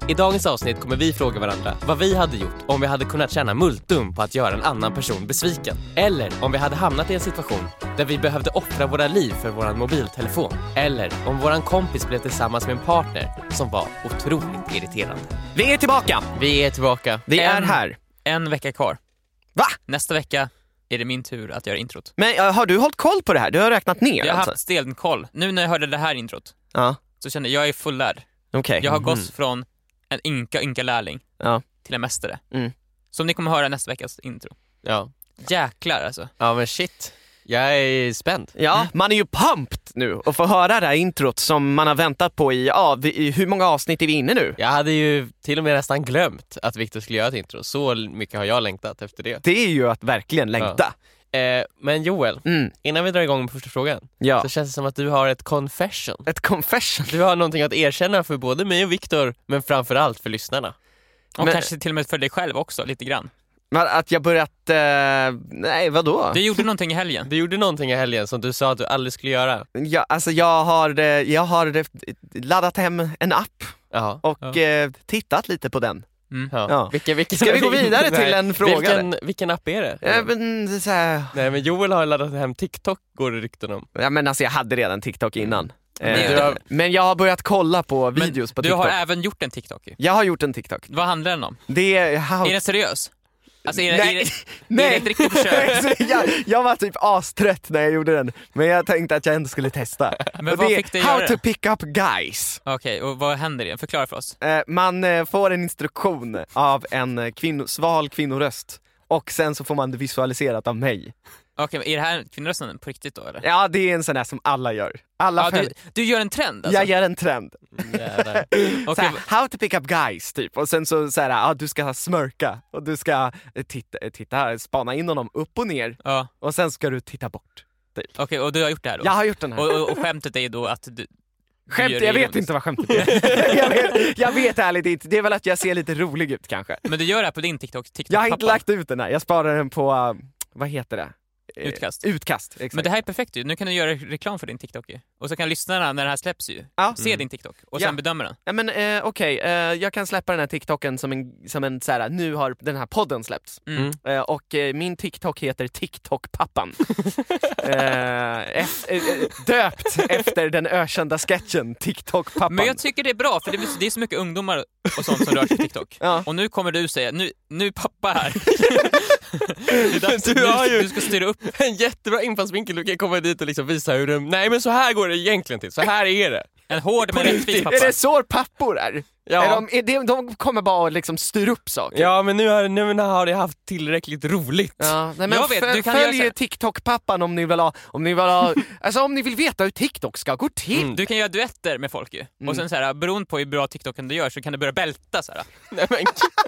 I dagens avsnitt kommer vi fråga varandra vad vi hade gjort om vi hade kunnat tjäna multum på att göra en annan person besviken. Eller om vi hade hamnat i en situation där vi behövde offra våra liv för våran mobiltelefon. Eller om våran kompis blev tillsammans med en partner som var otroligt irriterande. Vi är tillbaka. Vi är här. En vecka kvar. Va? Nästa vecka är det min tur att göra introt. Men har du hållit koll på det här? Du har räknat ner Jag har alltså? haft stenkoll. Nu när jag hörde det här introt så kände jag är fullärd. Okay. Jag har gått från en ynka lärling till en mästare. Som ni kommer höra nästa veckas intro. Ja. Jäklar alltså. Ja men shit. Jag är spänd. Ja, man är ju pumped nu att få höra det här introt som man har väntat på i hur många avsnitt är vi inne nu? Jag hade ju till och med nästan glömt att Victor skulle göra ett intro. Så mycket har jag längtat efter det. Det är ju att verkligen längta. Men Joel, innan vi drar igång med första frågan så känns det som att du har ett confession. Ett confession? Du har någonting att erkänna för både mig och Victor, men framförallt för lyssnarna. Och kanske till och med för dig själv också, lite grann. Att jag börjat... nej, vadå? Du gjorde någonting i helgen. Du gjorde någonting i helgen som du sa att du aldrig skulle göra. Ja, alltså jag har laddat hem en app och tittat lite på den. Ja. Ska vi gå vidare till en fråga? Vilken app är det? Nej, men Joel har laddat hem TikTok, går det rykten om. Ja, men alltså jag hade redan TikTok innan. Men jag har börjat kolla på videos på TikTok. Du har även gjort en TikTok. Jag har gjort en TikTok. Vad handlar den om? Är den seriös? Alltså är nej. Det ett riktigt försök? jag var typ astrött när jag gjorde den. Men jag tänkte att jag ändå skulle testa. Men vad fick du göra? How to pick up guys. Okej, och vad händer det? Förklara för oss. Man får en instruktion av en sval kvinnoröst. Och sen så får man det visualiserat av mig. Okej, men är det här kvinnorösten på riktigt då eller? Ja, det är en sån där som alla gör. Du gör en trend alltså? Jag gör en trend. Okay. How to pick up guys typ. Och sen så här, du ska smörka. Och du ska titta, spana in honom upp och ner. Och sen ska du titta bort typ. Okej, och du har gjort det här då? Jag har gjort den här. Och skämtet är ju då att du jag vet inte vad skämtet är. jag vet ärligt inte. Det är väl att jag ser lite rolig ut kanske. Men du gör det här på din TikTok jag har inte lagt ut den här. Jag sparar den på, vad heter det? Utkast, exakt. Men det här är perfekt ju. Nu kan du göra reklam för din TikTok ju. Och så kan lyssnarna när det här släpps ju se din TikTok och sen bedöma den. Ja, men jag kan släppa den här TikToken som en så här, nu har den här podden släppts. Och min TikTok heter TikTok-pappan. Döpt efter den ökända sketchen TikTok-pappan. Men jag tycker det är bra, för det är så mycket ungdomar och sånt som rör sig på TikTok. Och nu kommer du säga, nu är pappa här. Du ska styra upp en jättebra infallsvinkel. Du kan komma dit och liksom visa hur nej men så här går det egentligen till. Så här är det. En hård men rättvis pappa. Är det så pappor är? Ja. De kommer bara att liksom styra upp saker. Ja, men nu har det haft tillräckligt roligt. Ja, nej, men du kan följ TikTok-pappan om ni vill ha alltså om ni vill veta hur TikTok ska gå till. Du kan göra duetter med folk ju. Och sen så här, beroende på hur bra TikToken du gör så kan du börja bälta så här. Nej, men...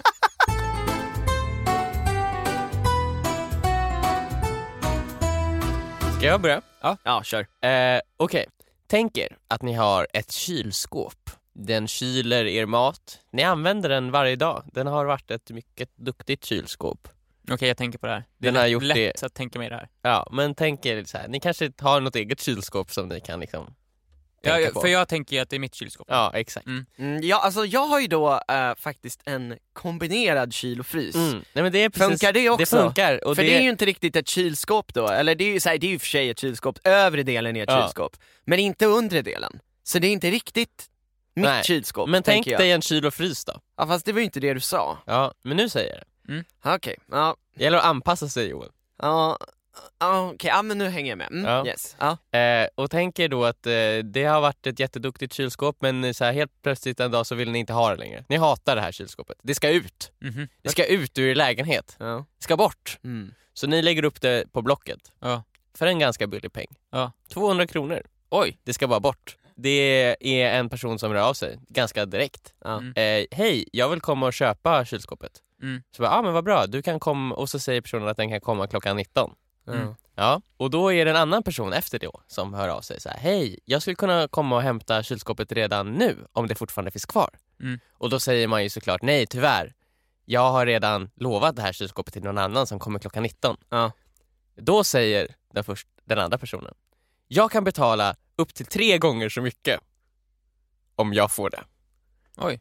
Ska jag börja? Ja, kör. Okej. Tänk er att ni har ett kylskåp. Den kyler er mat. Ni använder den varje dag. Den har varit ett mycket duktigt kylskåp. Okej, jag tänker på det här. Det den är har gjort lätt det. att tänka mig det här. Ja, men tänk er så här. Ni kanske har något eget kylskåp som ni kan liksom... För jag tänker att det är mitt kylskåp. Ja, exakt. Ja, alltså jag har ju då faktiskt en kombinerad kyl och frys. Nej, men det är precis, funkar det också? Det funkar. Och för det är ju inte riktigt ett kylskåp då. Eller det är ju så här, det är ju för sig ett kylskåp. Övre delen är ett kylskåp. Men inte undre delen. Så det är inte riktigt mitt kylskåp. Men tänk dig en kyl och frys då. Ja, fast det var ju inte det du sa. Ja, men nu säger jag det. Okej, ja. Det gäller att anpassa sig, Joel. Ja. Okej, men nu hänger jag med. Yes. Och tänk er då att det har varit ett jätteduktigt kylskåp, men så här, helt plötsligt en dag så vill ni inte ha det längre. Ni hatar det här kylskåpet. Det ska ut. Det ska ut ur er lägenhet. Det ska bort. Så ni lägger upp det på Blocket. För en ganska billig peng. 200 kronor. Oj, det ska bara bort. Det är en person som rör av sig ganska direkt. Hej, jag vill komma och köpa kylskåpet. Så bara, men vad bra, du kan komma. Och så säger personen att den kan komma klockan 19. Ja, och då är det en annan person efter det som hör av sig så här: hej, jag skulle kunna komma och hämta kylskåpet redan nu om det fortfarande finns kvar. Och då säger man ju såklart, nej tyvärr, jag har redan lovat det här kylskåpet till någon annan som kommer klockan 19. Då säger den andra personen, jag kan betala upp till 3 gånger så mycket om jag får det. Oj.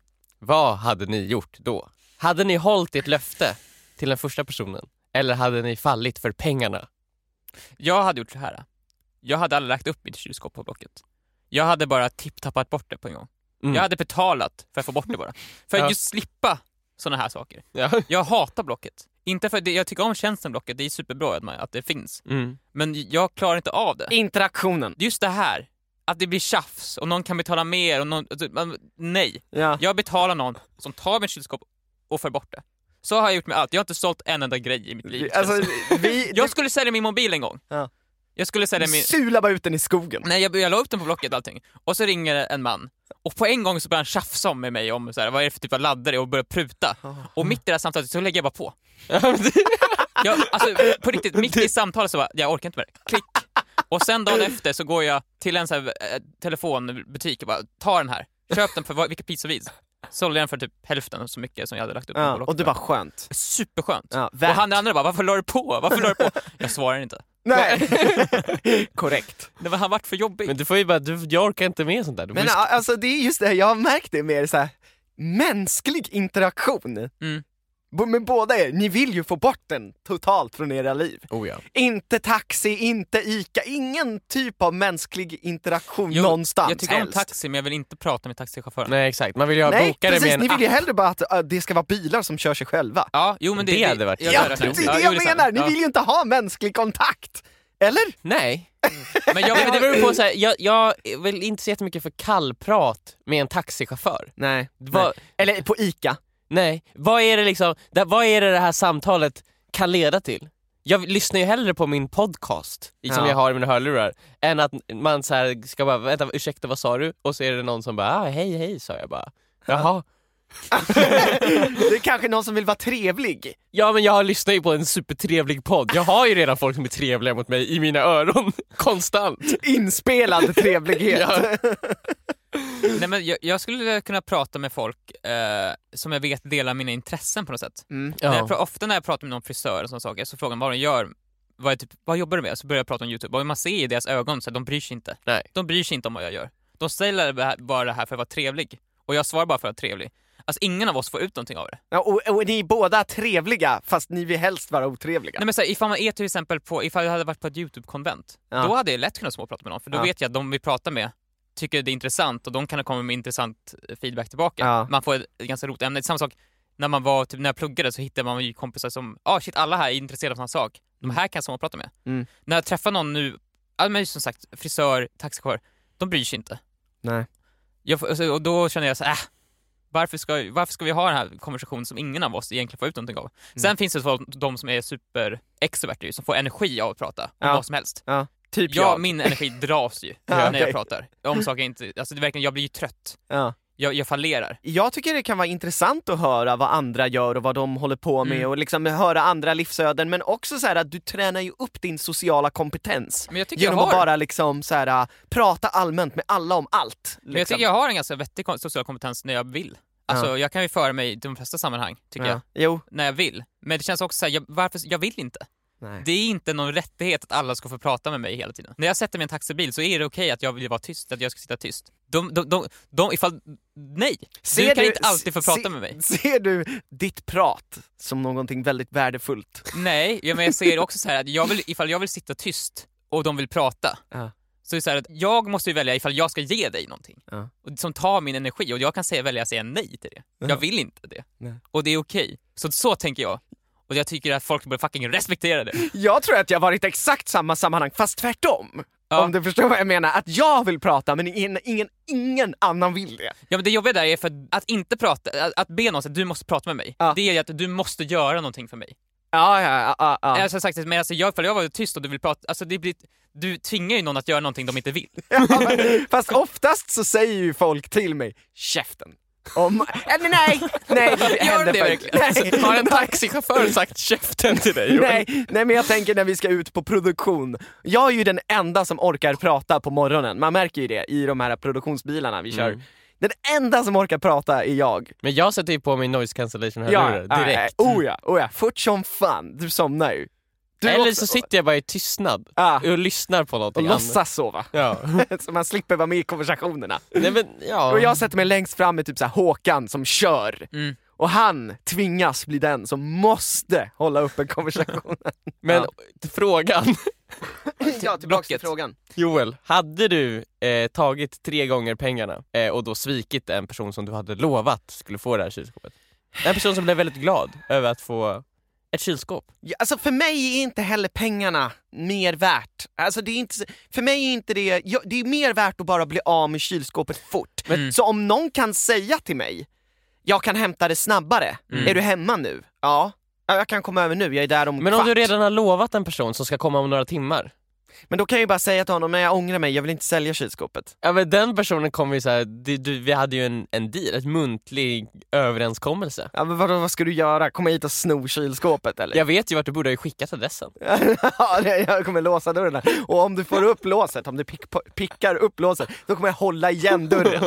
vad hade ni gjort då? Hade ni hållit ert löfte till den första personen? Eller hade ni fallit för pengarna? Jag hade gjort så här. Jag hade aldrig lagt upp mitt kylskåp på Blocket. Jag hade bara tappat bort det på en gång. Jag hade betalat för att få bort det bara. För att just slippa såna här saker. Jag hatar Blocket. Inte för det, jag tycker om tjänsten Blocket. Det är superbra att det finns. Men jag klarar inte av det. Interaktionen. Just det här. Att det blir tjafs och någon kan betala mer och någon, nej. Jag betalar någon som tar mitt kylskåp och får bort det. Så har jag gjort med allt. Jag har inte sålt en enda grej i mitt liv. Alltså, jag skulle sälja min mobil en gång. Jag skulle sälja min... Sula bara ut den i skogen. Nej, jag la upp den på Blocket och allting. Och så ringer en man. Och på en gång så börjar han tjafsa med mig om så här, vad är det för typ av laddare och börjar pruta. Och mitt i det här samtalet så lägger jag bara på. Alltså på riktigt, mitt i samtalet så bara, jag orkar inte med det. Klick. Och sen dagen efter så går jag till en så här, telefonbutik och bara, ta den här. Köp den för vilket pris och vis. Sålde den för typ hälften så mycket som jag hade lagt upp på Blocket. Och det var skönt. Superskönt. Och han andra bara, varför la du på? Jag svarar inte. Nej. Korrekt. Det var han vart för jobbig. Men du får ju bara, jag orkar inte med sånt där. Men alltså det är just det, jag har märkt det mer så här, mänsklig interaktion. Med båda er, ni vill ju få bort den totalt från era liv. Inte taxi, inte ICA, ingen typ av mänsklig interaktion någonstans. Jag tycker om taxi, men jag vill inte prata med taxichauffören. Nej, exakt. Man vill ju boka det med en ni vill ju hellre bara att det ska vara bilar som kör sig själva. Ja, jo men det hade varit. Det är det jag menar, ni vill ju inte ha mänsklig kontakt. Eller? Nej. Men det beror på så här, jag vill inte så jättemycket för kallprat med en taxichaufför. Nej. Eller på ICA. Nej, vad är det liksom, vad är det här samtalet kan leda till? Jag lyssnar ju hellre på min podcast som jag har i mina hörlurar än att man så här ska bara, vänta, ursäkta, vad sa du? Och så är det någon som bara, hej, sa jag bara. Jaha. Det är kanske någon som vill vara trevlig. Ja, men jag lyssnar ju på en supertrevlig podd. Jag har ju redan folk som är trevliga mot mig i mina öron konstant. Inspelad trevlighet. Nej, men jag skulle kunna prata med folk som jag vet delar mina intressen på något sätt. Ofta när jag pratar med någon frisör och såna saker så frågar man vad de gör. Vad jobbar du med? Så börjar jag prata om YouTube. Och man ser i deras ögon så de bryr sig inte. Nej. De bryr sig inte om vad jag gör. De ställer bara det här för att vara trevlig. Och jag svarar bara för att vara trevlig. Alltså ingen av oss får ut någonting av det. Ja, och ni är båda trevliga, fast ni vill helst vara otrevliga. Nej, men så här, ifall man är till exempel ifall jag hade varit på ett YouTube-konvent, då hade jag lätt kunnat småprata med någon. För då vet jag att de vi pratar med tycker det är intressant och de kan komma med intressant feedback tillbaka. Man får ett ganska roligt ämne. Samma sak när man var typ, när jag pluggade så hittade man ju kompisar som shit, alla här är intresserade av samma sak. De här kan jag småprata med. När jag träffar någon nu, men som sagt, frisör, taxichaufför, de bryr sig inte. Nej. Och då känner jag så här, varför ska vi ha den här konversationen som ingen av oss egentligen får ut någonting av? Sen finns det de som är super extroverter som får energi av att prata om vad som helst. Typ min energi dras ju när jag pratar. Om saker inte, alltså det verkligen, jag blir ju trött. Jag fallerar. Jag tycker det kan vara intressant att höra vad andra gör och vad de håller på med och liksom höra andra livsöden, men också så här att du tränar ju upp din sociala kompetens genom att bara liksom så här, prata allmänt med alla om allt. Liksom. Men jag tycker jag har en ganska vettig social kompetens när jag vill. Alltså jag kan ju föra mig i de flesta sammanhang, tycker jag. Jo. När jag vill. Men det känns också så här, varför jag vill inte. Nej. Det är inte någon rättighet att alla ska få prata med mig hela tiden. När jag sätter mig i en taxibil så är det okej att jag vill vara tyst, att jag ska sitta tyst. Nej, du kan inte alltid få prata med mig. Ser du ditt prat som någonting väldigt värdefullt? Nej, men jag ser också så här att ifall jag vill sitta tyst och de vill prata. Så det är så här att jag måste ju välja ifall jag ska ge dig någonting som tar min energi, och jag kan välja att säga nej till det. Jag vill inte det. Och det är okej. Så tänker jag. Och jag tycker att folk borde fucking respektera det. Jag tror att jag varit exakt samma sammanhang, fast tvärtom. Om du förstår vad jag menar. Att jag vill prata, men ingen annan vill det. Ja, men det jobbiga där är för att inte prata, att be någon att du måste prata med mig. Det är att du måste göra någonting för mig. Alltså, sagt, men alltså, jag var tyst och du vill prata, alltså, du tvingar ju någon att göra någonting de inte vill. Fast oftast så säger ju folk till mig, käften. Nej, gör det verkligen? Har en taxichaufför sagt käften till dig? Nej, men jag tänker när vi ska ut på produktion. Jag är ju den enda som orkar prata på morgonen. Man märker ju det i de här produktionsbilarna vi kör. Den enda som orkar prata är jag. Men jag sätter ju på min noise cancellation hörlurar direkt. Oh ja, fort som fan. Du somnar ju. Eller så sitter jag bara i tystnad och lyssnar på någonting och låtsas sova. Ja. Så man slipper vara med i konversationerna. Nej, men, ja. Och jag sätter mig längst fram med typ så här Håkan som kör. Och han tvingas bli den som måste hålla upp en konversation. Men frågan. Ja, tillbaka till frågan. Joel, hade du tagit 3 gånger pengarna och då svikit en person som du hade lovat skulle få det här kylskåpet? En person som blev väldigt glad över att få ett kylskåp. Ja, alltså för mig är inte heller pengarna mer värt. Alltså det är inte, för mig är inte det... det är mer värt att bara bli av med kylskåpet fort. Så om någon kan säga till mig, jag kan hämta det snabbare. Är du hemma nu? Ja, jag kan komma över nu, jag är där om Men kvart. om du redan har lovat en person som ska komma om några timmar? Men då kan jag ju bara säga till honom, men jag ångrar mig, jag vill inte sälja kylskåpet. Ja, men den personen kommer ju så här, vi hade ju en deal, ett muntlig överenskommelse. Ja, men vad ska du göra? Komma hit och sno kylskåpet eller? Jag vet ju vart du borde ha skickat adressen. Ja, jag kommer låsa dörren. Och om du får upp låset, om du pickar upp låset, då kommer jag hålla igen dörren.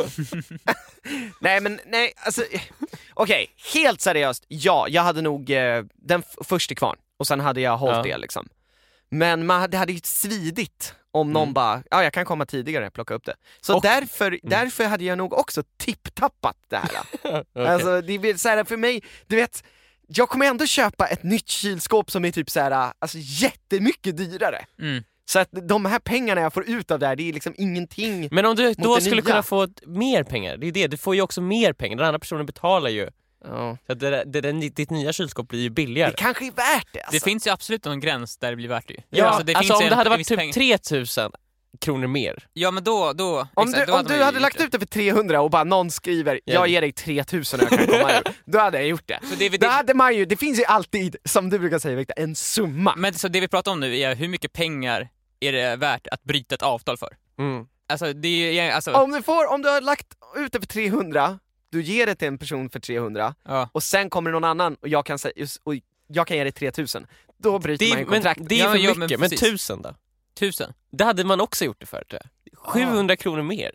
nej, alltså okej, helt seriöst. Ja, jag hade nog den första kvarn och sen hade jag hållit det liksom. Men det hade ju svidit om någon bara, ja jag kan komma tidigare, plocka upp det. Så därför hade jag nog också tipptappat det här. Okay. Alltså det är så här för mig, du vet, jag kommer ändå köpa ett nytt kylskåp som är typ så här, alltså jättemycket dyrare. Så att de här pengarna jag får ut av det här, det är liksom ingenting. Men om du då skulle kunna få mer pengar, det är det, du får ju också mer pengar. Den andra personen betalar ju. Så att ditt nya kylskåp blir ju billigare. Det kanske är värt det alltså. Det finns ju absolut någon gräns där det blir värt det. Ja, alltså om det hade varit typ 3000 kronor mer. Ja, men då om du hade lagt ut det för 300 och bara någon skriver, jag ger dig 3000 och jag kan komma ur, då hade jag gjort det. Så då hade man ju, det finns ju alltid, som du brukar säga Victor, en summa. Men så det vi pratar om nu är hur mycket pengar är det värt att bryta ett avtal för? Alltså, det är, alltså... Om du har lagt ut det för 300, du ger det till en person för 300 och sen kommer någon annan och jag kan ge dig 3000. Då bryter man en kontrakt. Det är för mycket, men 1000 då? 1000? Det hade man också gjort det för, tror jag. 700 kronor mer.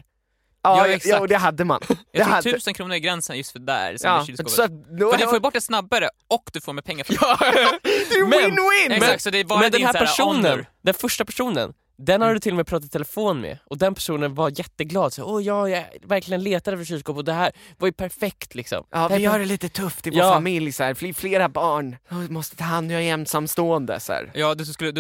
Ja, det hade man. Jag tror 1000 kronor är gränsen just för där. För du får bort det snabbare och du får med pengar för det. Det är win-win! Exakt, så det är bara men den här personen, den första personen, den har du till och med pratat i telefon med. Och den personen var jätteglad. Så, jag verkligen letade för kylskåp och det här var ju perfekt liksom. Ja, vi gör det lite tufft i vår familj så här. Flera barn. Jag måste ta hand om, jag är ensamstående så här. Ja,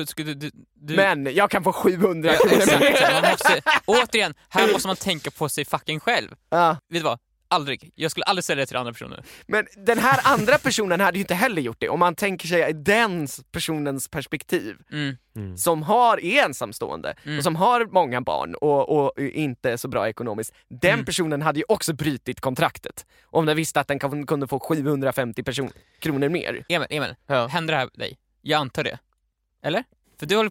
du... Men jag kan få 700 kronor. Återigen, här måste man tänka på sig fucking själv. Vet du vad? Aldrig. Jag skulle aldrig sälja det till andra personer. Men den här andra personen hade ju inte heller gjort det. Om man tänker sig den personens perspektiv som är ensamstående och som har många barn och inte så bra ekonomiskt. Den personen hade ju också brutit kontraktet om den visste att den kunde få 750 kronor mer. Emil, händer det här dig? Jag antar det. Eller? För du håller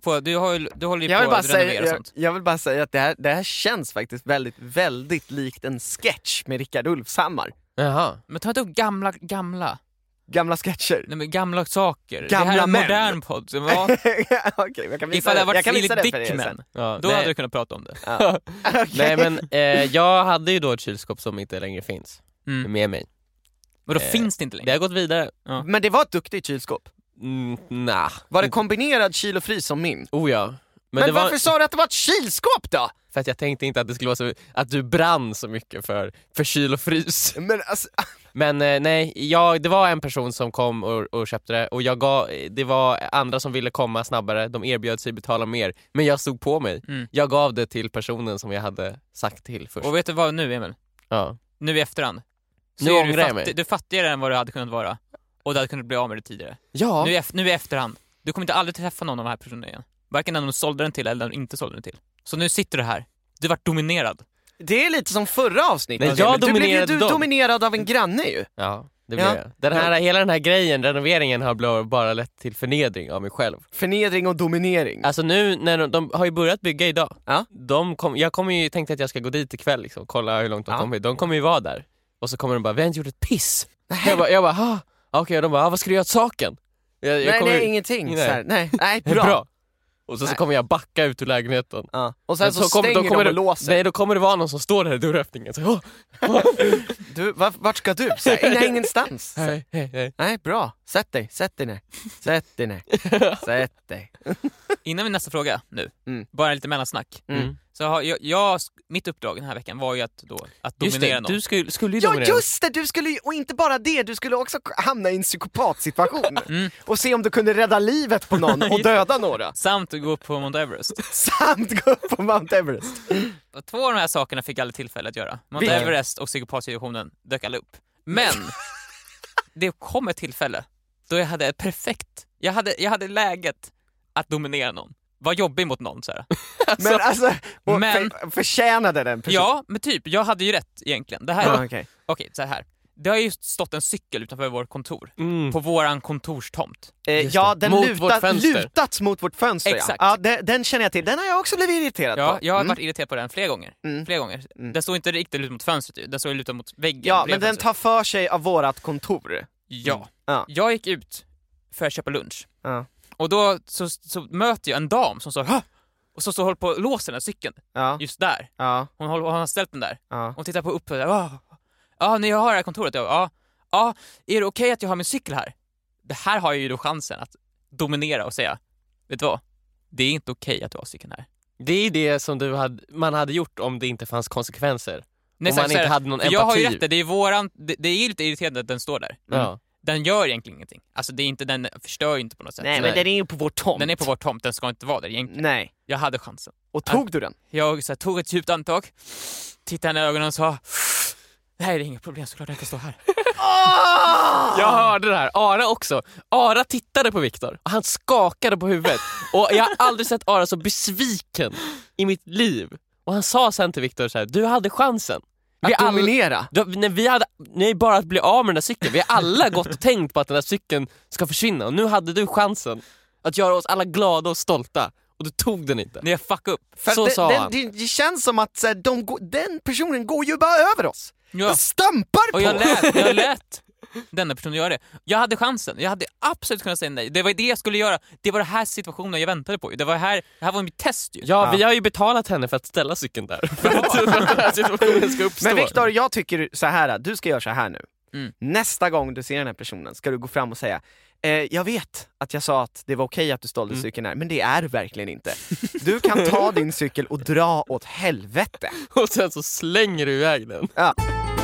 ju på att renovera sånt. Jag vill bara säga att det här känns faktiskt väldigt, väldigt likt en sketch med Rickard Ulfshammar. Jaha. Men ta inte upp gamla sketcher. Nej, men gamla saker. Gamla det här är en män. modern podd. Okej, jag kan visa ifall det det. hade varit Philip Dickman, då hade du kunnat prata om det. Okay. Nej, men jag hade ju då ett kylskåp som inte längre finns med mig. Men då finns det inte längre. Det har gått vidare. Ja. Men det var ett duktigt kylskåp. Var det kombinerad kyl och frys som min? Ja. Men varför sa du att det var ett kylskåp då? För att jag tänkte inte att det skulle vara så att du brann så mycket för kyl och frys. Men nej, det var en person som kom och köpte det. Och det var andra som ville komma snabbare. De erbjöd sig betala mer. Men jag stod på mig. Jag gav det till personen som jag hade sagt till först. Och vet du vad nu, Emil? Ja. Nu i efterhand. Nu ångrar jag mig. Du är fattigare än vad du hade kunnat vara. Och du hade kunnat bli av med det tidigare. Ja. Nu i efterhand. Du kommer inte aldrig träffa någon av de här personerna igen. Varken när de sålde den till eller när de inte sålde den till. Så nu sitter du här. Du vart dominerad. Det är lite som förra avsnittet. Du blev dominerad av en granne ju. Ja, det blev jag. Hela den här grejen, renoveringen har bara lett till förnedring av mig själv. Förnedring och dominering. Alltså nu, när de har ju börjat bygga idag. Ja. Jag kommer ju tänkte att jag ska gå dit ikväll liksom, kolla hur långt de kommer. De kommer ju vara där. Och så kommer de bara, vi har inte gjort ett piss. Jag bara, okej, och de bara, vad ska du göra åt saken? Nej, ingenting. Nej, nej bra. Och så kommer jag backa ut ur lägenheten. Och sen så stänger de och låser. Nej, då kommer det vara någon som står där i dörröppningen. Så, du, vart ska du? Nej, ingenstans. Nej, bra. Sätt dig ner. Innan vi nästa fråga nu, bara lite mellansnack. Så har jag mitt uppdrag den här veckan var ju att dominera någon. Du skulle ju dominera. Ja, just det, du skulle, och inte bara det, du skulle också hamna i en psykopatsituation och se om du kunde rädda livet på någon och döda några. Samt gå upp på Mount Everest. Och 2 av de här sakerna fick jag aldrig tillfälle att göra. Mount Everest och psykopatsituationen dök aldrig upp. Men det kom ett tillfälle då jag hade ett perfekt, jag hade läget att dominera någon. Var jobbig mot någon så här. Men förtjänade den personen? Ja, men typ, jag hade ju rätt egentligen. Det här Okej, så här. Det har just stått en cykel utanför vårt kontor. På våran kontorstomt. Ja, den lutats mot vårt fönster. Exakt. Ja, den känner jag till. Den har jag också blivit irriterad på. Jag har varit irriterad på den flera gånger. Den står inte riktigt ut mot fönstret, den står lutad mot väggen. Ja, men den tar för sig av vårat kontor. Ja. Jag gick ut för att köpa lunch. Och då så möter jag en dam som står och så håller på att låsa den här cykeln. Just där. Hon har ställt den där. Hon tittar på upp och där. När jag har det här kontoret. Är det okej att jag har min cykel här? Det här har jag ju då chansen att dominera och säga, vet du vad? Det är inte okej att du har cykeln här. Det är det som man hade gjort om det inte fanns konsekvenser. Om man inte hade någon empati. Jag har ju rätt, det är lite irriterande att den står där. Den gör egentligen ingenting. Alltså den förstör ju inte på något sätt. Nej, men den är ju på vår tomt. Den är på vår tomt, den ska inte vara där egentligen. Nej. Jag hade chansen. Och tog du den? Jag tog ett djupt andetag, tittade henne i ögonen och sa, det här är inget problem, såklart den kan stå här. Jag hörde det här, Ara också. Ara tittade på Viktor och han skakade på huvudet. Och jag har aldrig sett Ara så besviken i mitt liv. Och han sa sen till Viktor så här: du hade chansen att dominera. Nej, bara att bli av med den där cykeln. Vi har alla gått och tänkt på att den där cykeln ska försvinna. Och nu hade du chansen att göra oss alla glada och stolta. Och du tog den inte. Nej, fuck upp. Så sa han. Det känns som att den personen går ju bara över oss. Jag stampar på. Och jag lät denna person göra det. Jag hade chansen. Jag hade absolut kunnat säga nej. Det var det jag skulle göra. Det var den här situationen jag väntade på. Det här var mitt test ju. Ja, vi har ju betalat henne för att ställa cykeln där. För att den här situationen ska uppstå. Men Viktor, jag tycker så här. Du ska göra så här nu. Nästa gång du ser den här personen ska du gå fram och säga: jag vet att jag sa att det var okej att du stalde cykeln här, men det är verkligen inte. Du kan ta din cykel och dra åt helvete. Och sen så slänger du iväg den. Ja.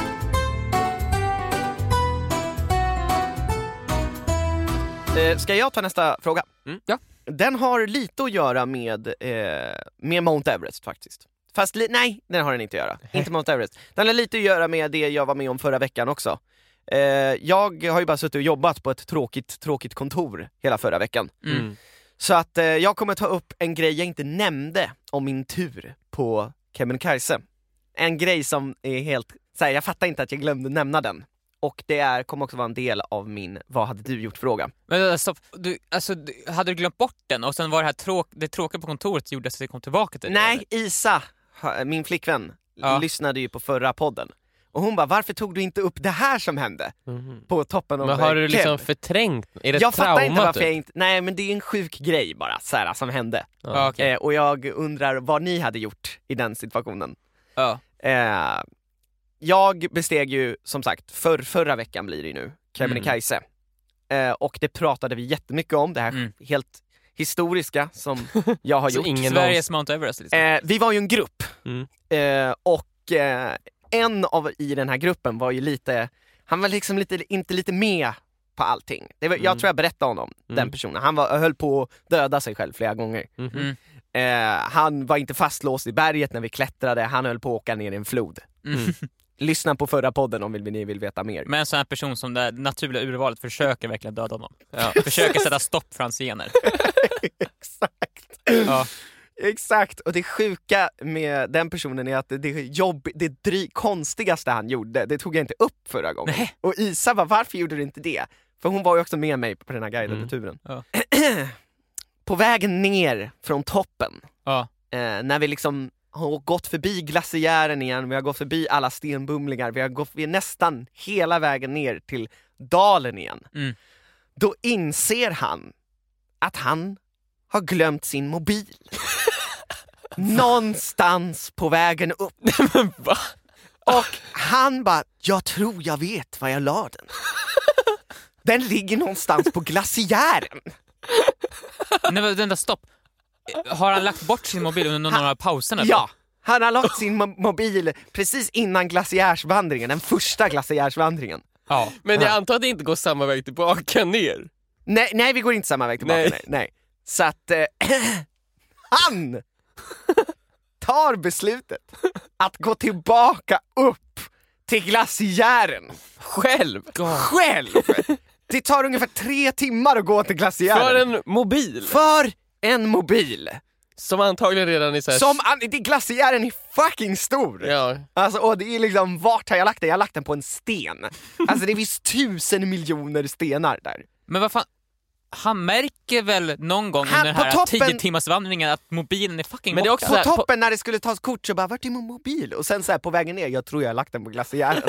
Ska jag ta nästa fråga? Ja. Den har lite att göra med Mount Everest faktiskt. Fast nej, den har den inte att göra. Inte Mount Everest. Den har lite att göra med det jag var med om förra veckan också. Jag har ju bara suttit och jobbat på ett tråkigt kontor hela förra veckan. Så att jag kommer ta upp en grej jag inte nämnde om min tur på Kebnekaise. En grej som är helt... Såhär, jag fattar inte att jag glömde nämna den. Och det kommer också vara en del av min vad hade du gjort-fråga. Men stopp, hade du glömt bort den och sen var det tråkiga på kontoret gjorde att det kom tillbaka till det? Nej, Isa, min flickvän, lyssnade ju på förra podden. Och hon bara, varför tog du inte upp det här som hände på toppen av... Men har du liksom förträngt? Är det jag trauma? Fattar inte varför jag inte... Nej, men det är en sjuk grej bara, så här, som hände. Okay. Och jag undrar vad ni hade gjort i den situationen. Jag besteg ju, som sagt, förra veckan blir det nu, Kebnekaise. Och det pratade vi jättemycket om, det här helt historiska som jag har gjort. Sveriges Mount Everest liksom. Vi var ju en grupp. Och en i den här gruppen var ju lite, han var liksom inte lite med på allting. Jag tror jag berättade honom, den personen. Han höll på att döda sig själv flera gånger. Han var inte fastlåst i berget när vi klättrade, han höll på att åka ner i en flod. Lyssna på förra podden om ni vill veta mer. Men en sån här person som det naturliga urvalet försöker verkligen döda honom. Försöker sätta stopp för hans gener. Exakt. Exakt, och det sjuka med den personen är att det konstigaste han gjorde, det tog jag inte upp förra gången. Nej. Och Isa var, varför gjorde du inte det? För hon var ju också med mig på den här guidade turen. På vägen ner från toppen, när vi liksom har gått förbi glaciären igen, vi har gått förbi alla stenbumlingar, vi är nästan hela vägen ner till dalen igen. Då inser han att han har glömt sin mobil. Någonstans på vägen upp. Men va? Och han bara, jag tror jag vet var jag la den. Den ligger någonstans på glaciären. Nej, den där stopp. Har han lagt bort sin mobil under några pauserna? Ja, han har lagt sin mobil precis innan glaciärsvandringen, den första glaciärsvandringen. Ja. Men jag antar att det inte går samma väg tillbaka ner. Nej, vi går inte samma väg tillbaka. Nej. Så att han tar beslutet att gå tillbaka upp till glaciären. Själv. Det tar ungefär 3 timmar att gå till glaciären. För en mobil. För en mobil. Som antagligen redan är såhär... Glaciären är fucking stor. Ja. Alltså, och det är liksom, vart har jag lagt den? Jag har lagt den på en sten. Alltså det finns 1000 miljoner stenar där. Men vad fan, han märker väl någon gång under den här 10 timmars vandringen att mobilen är fucking men det är borta. också på toppen när det skulle tas kort så bara, vart är min mobil? Och sen så här på vägen ner, jag tror jag har lagt den på glaciären.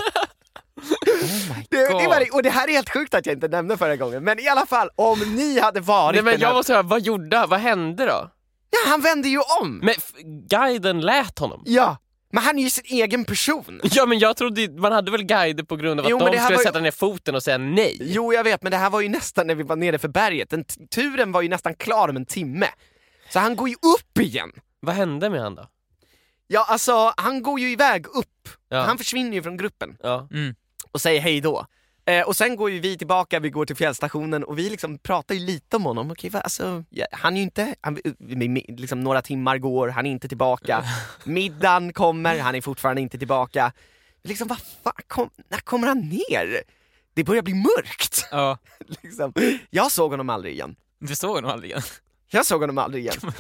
Och det här är helt sjukt att jag inte nämnde förra gången. Men i alla fall, om ni hade varit... Nej, men jag måste säga, vad hände då? Ja, han vände ju om. Men guiden lät honom. Ja, men han är ju sin egen person. Ja, men jag trodde man hade väl guider på grund av att de skulle sätta ner foten och säga nej. Jo, jag vet, men det här var ju nästan när vi var nere för berget. Turen var ju nästan klar om en timme. Så han går ju upp igen. Vad hände med han då? Ja, alltså, han går ju iväg upp. Ja. Han försvinner ju från gruppen. Ja. Och säger hej då. Och sen går ju vi tillbaka, vi går till fjällstationen och vi liksom pratar ju lite om honom. Okej, alltså, han är ju inte, liksom några timmar går, han är inte tillbaka. Middagen kommer, han är fortfarande inte tillbaka. Liksom, vad fan, när kommer han ner? Det börjar bli mörkt. Ja. Liksom. Jag såg honom aldrig igen. Du såg honom aldrig igen? Jag såg honom aldrig igen.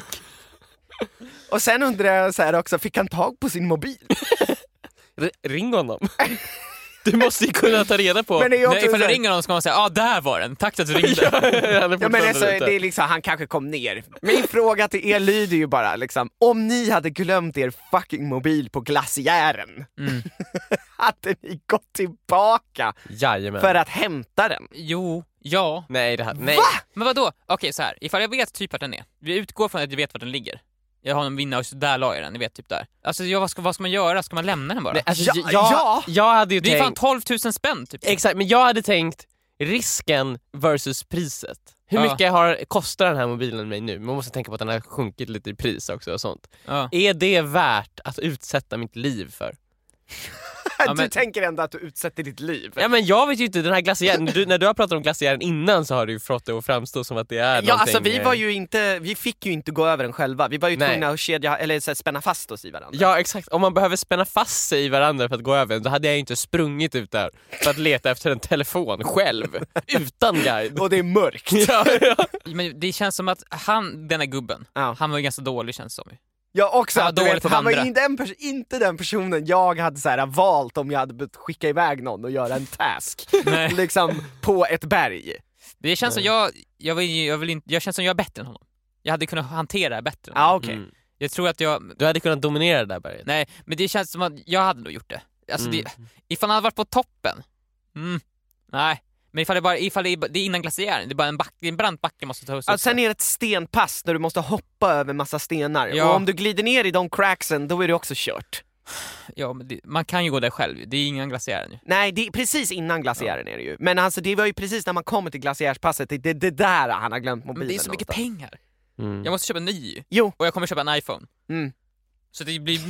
Och sen undrar jag så här också, fick han tag på sin mobil? Ring honom. Du måste ju kunna ta reda på. Men ifall du ringer någon ska man säga, där var den, tack att du ringde. Ja, men alltså, det är liksom, han kanske kom ner. Min fråga till er lyder ju bara liksom, om ni hade glömt er fucking mobil på glaciären, hade ni gått tillbaka för att hämta den? Jo, ja. Nej. Va? Men vadå? Okej, så här. Ifall jag vet typ vart den är. Vi utgår från att jag vet vart den ligger. Jag har en vinnare och så där la jag den, ni vet typ där. Alltså vad ska man göra? Ska man lämna den bara? Nej, alltså, jag hade ju det är fan 12 000 spänn typ. Exakt, men jag hade tänkt risken versus priset. Hur mycket kostar den här mobilen mig nu? Man måste tänka på att den har sjunkit lite i pris också och sånt. Är det värt att utsätta mitt liv för? Du tänker ändå att du utsätter ditt liv. Ja, men jag vet ju inte, den här glaciären, när du har pratat om glaciären innan så har du ju fått det att framstå som att det är någonting. Alltså vi fick ju inte gå över den själva. Vi var ju tvungna att kedja, eller så här, spänna fast oss i varandra. Ja, exakt. Om man behöver spänna fast sig i varandra för att gå över, då hade jag inte sprungit ut där för att leta efter en telefon själv, utan guide. Och det är mörkt. Ja. Men det känns som att denna gubben, han var ju ganska dålig, känns som. Ja, också att han var inte den personen jag hade så här valt om jag hade skicka iväg någon och göra en task liksom på ett berg. Det känns som jag känns som jag är bättre än honom. Jag hade kunnat hantera det bättre. Okej. Jag tror att du hade kunnat dominera det där berget. Nej, men det känns som att jag hade nog gjort det. Alltså ifall han hade varit på toppen. Nej. Men ifall det är innan glaciären, det är bara en brant backe måste ta upp. Sen är det ett stenpass där du måste hoppa över massa stenar. Ja. Och om du glider ner i de cracksen, då är det också kört. Ja, men man kan ju gå där själv. Det är innan glaciären ju. Nej, det är precis innan glaciären är det ju. Men alltså det var ju precis när man kommer till glaciärspasset, det där han har glömt mobilen. Men det är så mycket pengar. Jag måste köpa en ny. Jo. Och jag kommer köpa en iPhone. Så det blir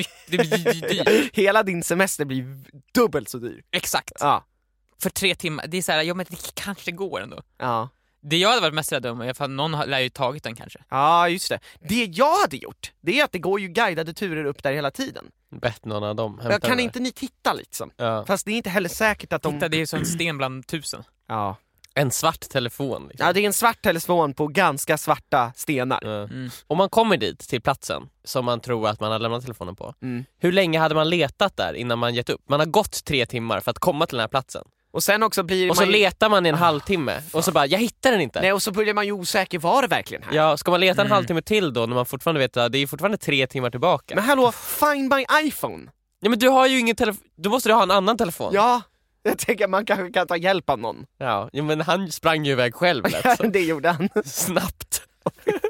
dyrt. Hela din semester blir dubbelt så dyr. Exakt. Ja. För 3 timmar, det är så här, ja men det kanske går ändå. Ja. Det jag hade varit mest rädd om, för någon lär ju tagit den kanske. Ja, just det. Det jag hade gjort, det är att det går ju guidade turer upp där hela tiden. Bett någon av dem. Kan inte ni titta liksom? Ja. Fast det är inte heller säkert att Titta, det är som en sten bland 1000. Ja. En svart telefon liksom. Ja, det är en svart telefon på ganska svarta stenar. Om man kommer dit till platsen som man tror att man har lämnat telefonen på, hur länge hade man letat där innan man gett upp? Man har gått 3 timmar för att komma till den här platsen. Och sen också blir och så letar man i en halvtimme och så bara, jag hittar den inte. Nej, och så blir man ju osäker, var det verkligen här? Ja, ska man leta en halvtimme till då när man fortfarande vet att det är fortfarande 3 timmar tillbaka? Men hallå, find my iPhone. Ja, men du har ju ingen telefon. Du måste ha en annan telefon. Ja, jag tänker att man kanske kan ta hjälp av någon. Ja, men han sprang ju iväg själv. Det gjorde han. Snabbt.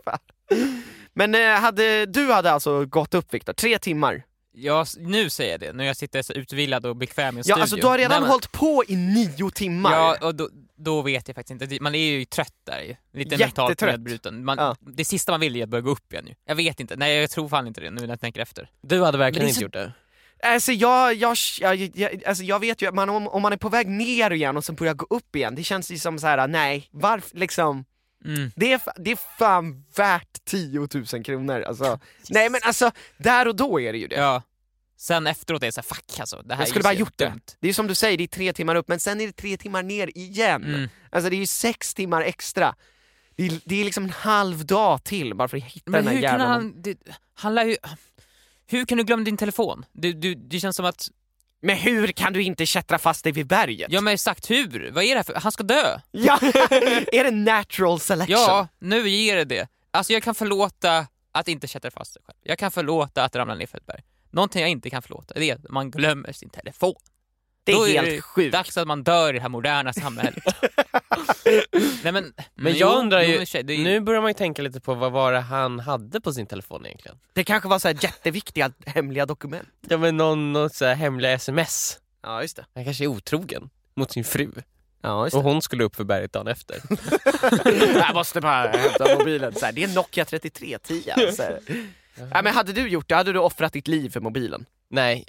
Men du hade alltså gått upp, Viktor, 3 timmar? Ja, nu säger jag det, när jag sitter så utvilad och bekväm i en studio. Alltså du har redan hållit på i 9 timmar. Ja, och då vet jag faktiskt inte. Man är ju trött där ju. Lite mentalt nedbruten. Det sista man vill är att börja gå upp igen nu. Jag vet inte, nej jag tror fan inte det nu när jag tänker efter. Du hade verkligen inte gjort det? Alltså jag vet ju att om man är på väg ner igen och sen börjar gå upp igen, det känns ju som så här: nej, varför liksom... Det är fan värt 10 000 kronor alltså. Nej men alltså, där och då är det ju det. Ja. Sen efteråt är det så här, fuck alltså, det här jag skulle bara gjort dumt. Det. Det är som du säger, det är 3 timmar upp, men sen är det 3 timmar ner igen. Alltså det är ju 6 timmar extra. Det är liksom en halv dag till bara för att hitta men den här jävla... han lär ju... Hur kan du glömma din telefon? Det känns som att... Men hur kan du inte kättra fast dig vid berget? Ja men exakt hur? Vad är det här för? Han ska dö. Ja, är det natural selection? Ja, nu ger det. Alltså jag kan förlåta att inte kättra fast sig själv. Jag kan förlåta att ramla ner för ett berg. Någonting jag inte kan förlåta är att man glömmer sin telefon. Det är då helt är det sjukt. Dags att man dör i det här moderna samhället. Nej, men jag undrar ju, nu börjar man ju tänka lite på vad var det han hade på sin telefon egentligen. Det kanske var så här jätteviktiga hemliga dokument. Ja men någon så här hemliga sms. Ja just det. Han kanske är otrogen mot sin fru. Ja, just det. Och hon skulle upp för berget dagen efter. Jag måste bara hämta mobilen. Så här, det är en Nokia 3310. Ja, men hade du gjort det? Hade du offrat ditt liv för mobilen? Nej,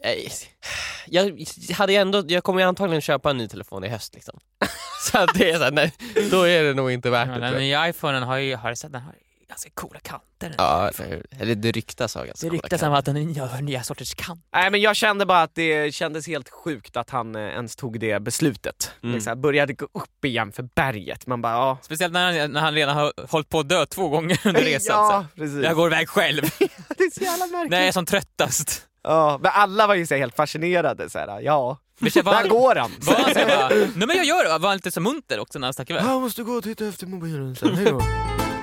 jag kommer ju antagligen köpa en ny telefon i höst liksom. Så att det är så här, nej, då är det nog inte värt det. Den nya iPhonen har sett, den har ganska coola kanter. Ja, eller det ryktas ha ganska coola kanter. Det ryktas om att den gör nya sorters kant. Nej, men jag kände bara att det kändes helt sjukt att han ens tog det beslutet. Liksom, började gå upp igen för berget. Man bara, ja. Speciellt när han redan har hållit på att dö 2 gånger under resan. Ja, precis. Jag går iväg själv. Det är så jävla märkligt. När jag är som tröttast. Ja, men alla var ju så helt fascinerade så här, ja. Där går han. Nej men jag gör det, var han lite så munter också när han stack iväg. Jag måste gå och titta efter mobilen sen. Hej då.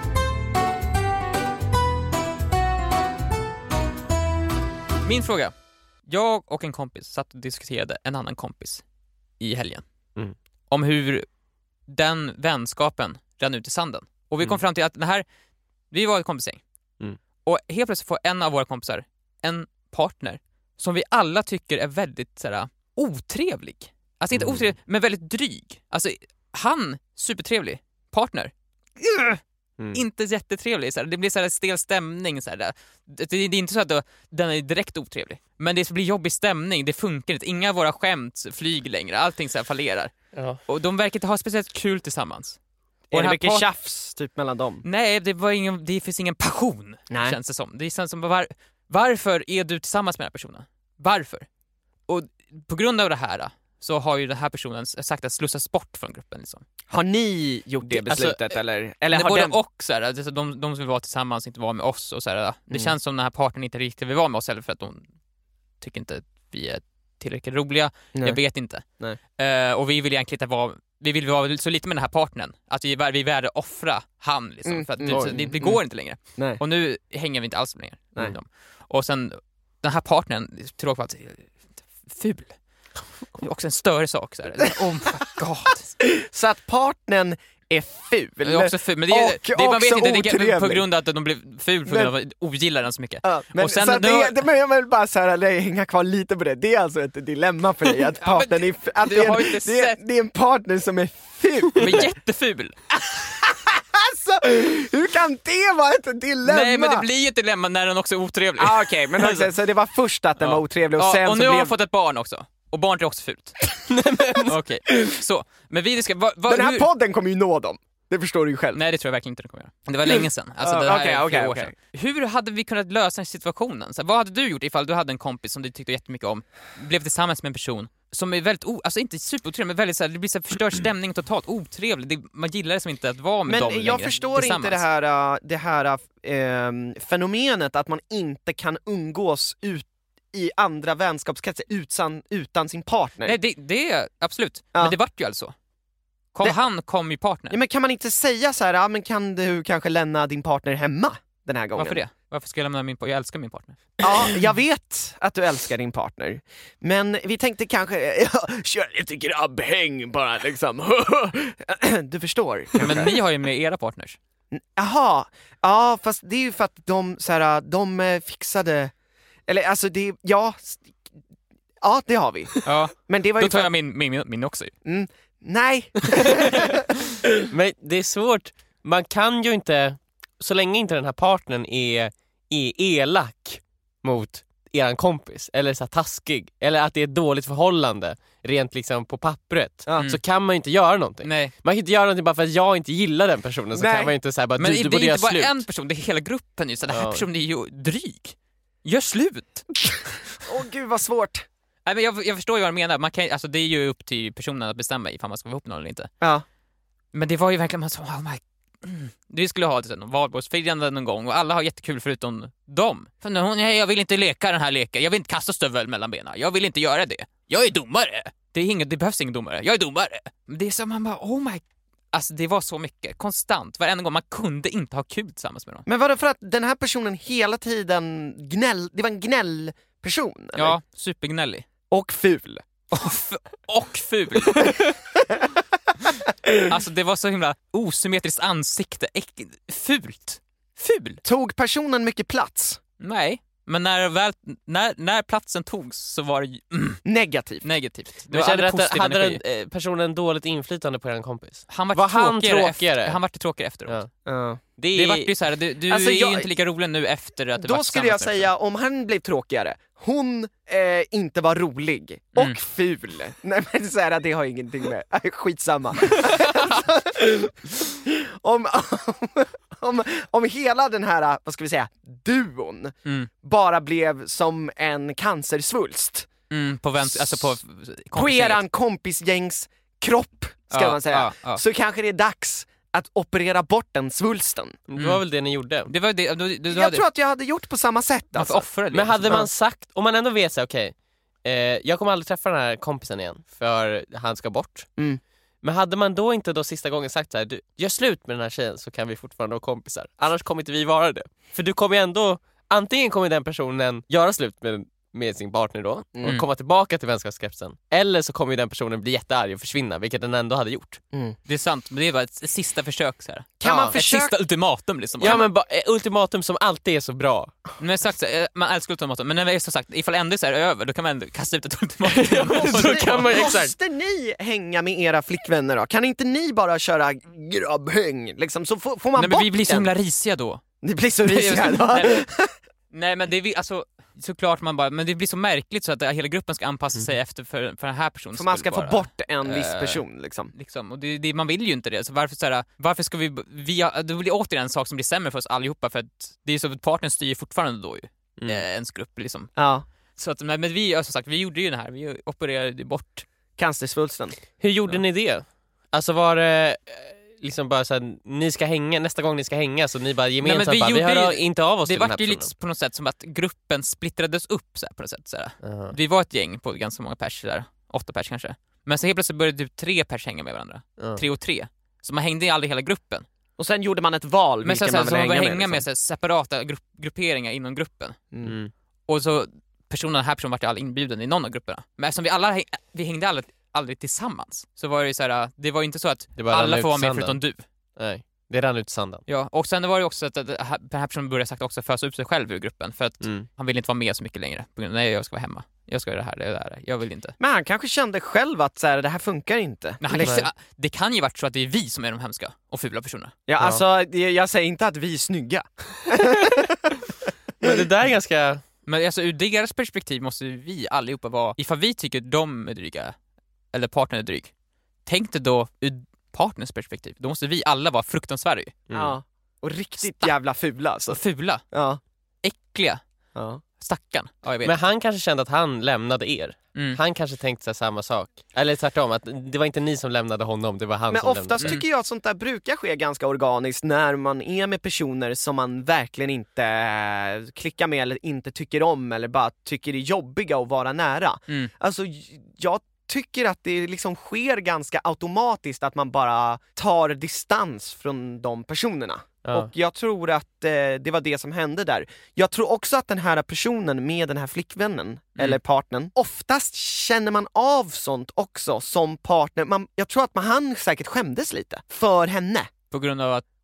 Min fråga. Jag och en kompis satt och diskuterade en annan kompis i helgen. Om hur den vänskapen rann ut i sanden. Och vi kom fram till att vi var ett kompisgäng. Och helt plötsligt får en av våra kompisar en partner som vi alla tycker är väldigt såhär, otrevlig. Alltså inte otrevlig, men väldigt dryg. Alltså han, supertrevlig. Partner. Inte jättetrevlig. Såhär. Det blir såhär stel stämning. Såhär. Det är inte så att den är direkt otrevlig. Men det blir jobbig stämning. Det funkar inte. Inga av våra skämt flyger längre. Allting såhär fallerar. Ja. Och de verkar inte ha speciellt kul tillsammans. Är det mycket tjafs typ mellan dem? Nej, det finns ingen passion. Nej. Känns det som. Det känns som varför är du tillsammans med den här personen? Varför? Och på grund av det här så har ju den här personen sagt att slussas bort från gruppen liksom. Har ni gjort det beslutet alltså, eller har både den... och så här, alltså, de som vill vara tillsammans inte vara med oss och så här, det känns som den här parten inte riktigt vill vara med oss eller för att de tycker inte att vi är tillräckligt roliga. Nej. Jag vet inte. Och vi vill egentligen vara så lite med den här partnern att vi är värda offra han liksom, för att det går inte längre. Nej. Och nu hänger vi inte alls längre med dem. Och sen den här partnern tror jag på att ful. Det är också en större sak så här. Oh my god. Så att partnern är ful. Det är också ful, men man vet inte det är på grund av att de blev ful på grund av att ogillar den så mycket. Ja, men, och sen men jag vill bara så här, hänga kvar lite på det. Det är alltså ett dilemma för dig att partnern är att det är en partner som är ful. Men jätteful. Alltså, hur kan det vara ett dilemma? Nej, men det blir ju ett dilemma när den också är otrevlig. Okej, men också, så det var först att den var otrevlig och sen och nu så har han fått ett barn också. Och barnet är också fult. Okej, så. Men vi ska... den här podden kommer ju nå dem. Det förstår du ju själv. Nej, det tror jag verkligen inte den kommer göra. Det var länge sedan. Alltså, det här är flera år sedan. Hur hade vi kunnat lösa den situationen? Så, vad hade du gjort ifall du hade en kompis som du tyckte jättemycket om, blev tillsammans med en person som är väldigt, alltså inte superotrevlig, men väldigt så här, det blir så här förstörd stämning totalt otrevlig. Man gillar det som inte att vara med dem längre. Men jag förstår inte det här fenomenet att man inte kan umgås i andra vänskapskretsar utan sin partner. Nej, det är absolut. Ja. Men det vart ju alltså. Han kom ju partner. Ja, men kan man inte säga så här, men kan du kanske lämna din partner hemma den här gången? Varför det? Varför ska jag lämna jag älskar min partner. Ja, jag vet att du älskar din partner. Men vi tänkte kanske köra lite grabbhäng bara liksom. Du förstår. Men ni har ju med era partners. Jaha, ja fast det är ju för att de fixade, eller alltså det, ja det har vi. Ja, men det var då tar jag min också. Nej. Men det är svårt, man kan ju inte, så länge inte den här partnern är elak mot eran kompis, eller så här taskig, eller att det är ett dåligt förhållande rent liksom på pappret, så kan man ju inte göra någonting. Nej. Man kan inte göra någonting bara för att jag inte gillar den personen, så kan man ju inte säga bara, men du borde göra slut. Men det är inte bara en person, det är hela gruppen ju, så den här personen är ju dryg. Gör slut. Gud vad svårt. Nej, men jag förstår ju vad du menar. Man kan, alltså, det är ju upp till personen att bestämma ifall man ska vara ihop någon eller inte. Ja. Men det var ju verkligen så, vi skulle ha någon valborgsfirande någon gång och alla har jättekul förutom dem. För jag vill inte leka den här leken. Jag vill inte kasta stövel mellan benen. Jag vill inte göra det. Jag är domare. Det behövs ingen domare. Jag är domare. Men det är så man bara, alltså det var så mycket. Konstant. Varenda gång. Man kunde inte ha kul tillsammans med dem. Men var det för att den här personen hela tiden det var en gnällperson? Eller? Ja, supergnällig. Och ful. Och ful. Alltså det var så himla osymmetriskt ansikte. Fult. Ful. Tog personen mycket plats? Nej. Men när platsen togs så var det negativt. Det var aldrig positiv hade energi. den personen dåligt inflytande på en kompis? Var han tråkigare? Han var tråkigare efteråt. Ja. Det var ju så här, du alltså, är ju inte lika rolig nu efter att du då skulle jag säga, om han blev tråkigare, hon inte var rolig och ful. Nej men så här, det har ingenting med. Skitsamma. om hela den här, vad ska vi säga, duon bara blev som en cancersvulst. På eran kompisgängs kropp, ska man säga. Så kanske det är dags att operera bort den svulsten. Det var väl det ni gjorde? Det var det, jag tror att jag hade gjort på samma sätt. Alltså. Men hade man sagt, om man ändå vet sig, okej, jag kommer aldrig träffa den här kompisen igen för han ska bort. Men hade man då inte då sista gången sagt så här, du, gör slut med den här tjejen så kan vi fortfarande vara kompisar. Annars kommer inte vi vara det. För du kommer ändå, antingen kommer den personen göra slut med sin partner då och komma tillbaka till vänskapskretsen, eller så kommer ju den personen bli jättearg och försvinna, vilket den ändå hade gjort. Det är sant, men det är bara ett sista försök så här. Kan man försöka? Ett sista ultimatum liksom. Ja, men ultimatum som alltid är så bra. Men sagt, man älskar ultimatum, men när det är så sagt, ifall ändå så är över, då kan man ändå kasta ut ett ultimatum. Då kan man, måste ni hänga med era flickvänner då? Kan inte ni bara köra grabbhäng liksom, så får man bort. Men vi blir så himla risiga då. Ni blir så risiga då? Nej, men det är alltså såklart man bara, men det blir så märkligt så att hela gruppen ska anpassa sig efter för den här personen. För man ska få bort en viss person liksom. Och man vill ju inte det. Så varför ska vi det blir återigen en sak som blir sämre för oss allihopa, för att det är så att partnern styr fortfarande då ju ens grupp liksom. Ja. Så att, men vi, som sagt, vi gjorde ju det här. Vi opererade bort cancersvulsten. Hur gjorde ni det? Alltså var det liksom bara så här, ni ska hänga nästa gång ni ska hänga, så ni bara gemensamt vi hör inte av oss. Det var ju lite på något sätt som att gruppen splittrades upp så här, på något sätt så här. Vi var ett gäng på ganska många pers där, 8 pers kanske. Men så helt plötsligt började typ 3 pers hänga med varandra. 3 och 3. Så man hängde aldrig hela gruppen. Och sen gjorde man ett val men vilken man ville hänga med. Men sen med så här, separata grupperingar inom gruppen. Och så den här personen var aldrig inbjuden i någon av grupperna. Men eftersom vi hängde aldrig tillsammans, så var det så här, det var ju inte så att alla får vara med förutom du. Nej, det rann ut i sanden. Ja, och sen var det också att den här personen började sagt också fösa upp sig själv ur gruppen, för att han ville inte vara med så mycket längre. Nej, jag ska vara hemma. Jag ska göra det här. Jag vill inte. Men han kanske kände själv att så här, det här funkar inte. Det kan ju varit så att det är vi som är de hemska och fula personer. Ja, alltså jag säger inte att vi är snygga. Men det där är ganska... Men alltså ur deras perspektiv måste vi allihopa vara, ifall vi tycker de är dryga eller partnern är dryg, tänk dig då ur partners perspektiv, då måste vi alla vara fruktansvärda. Ja, och riktigt jävla fula alltså. Fula, äckliga, stackarn. Ja, jag vet. Men han kanske kände att han lämnade er. Han kanske tänkte sig samma sak. Eller tvärtom, att det var inte ni som lämnade honom, det var han som lämnade. Men oftast tycker jag att sånt där brukar ske ganska organiskt när man är med personer som man verkligen inte klickar med eller inte tycker om, eller bara tycker det är jobbiga att vara nära. Alltså jag tycker att det liksom sker ganska automatiskt att man bara tar distans från de personerna. Och jag tror att det var det som hände där. Jag tror också att den här personen med den här flickvännen eller partnern, oftast känner man av sånt också som partner. Jag tror att han säkert skämdes lite för henne. På grund av att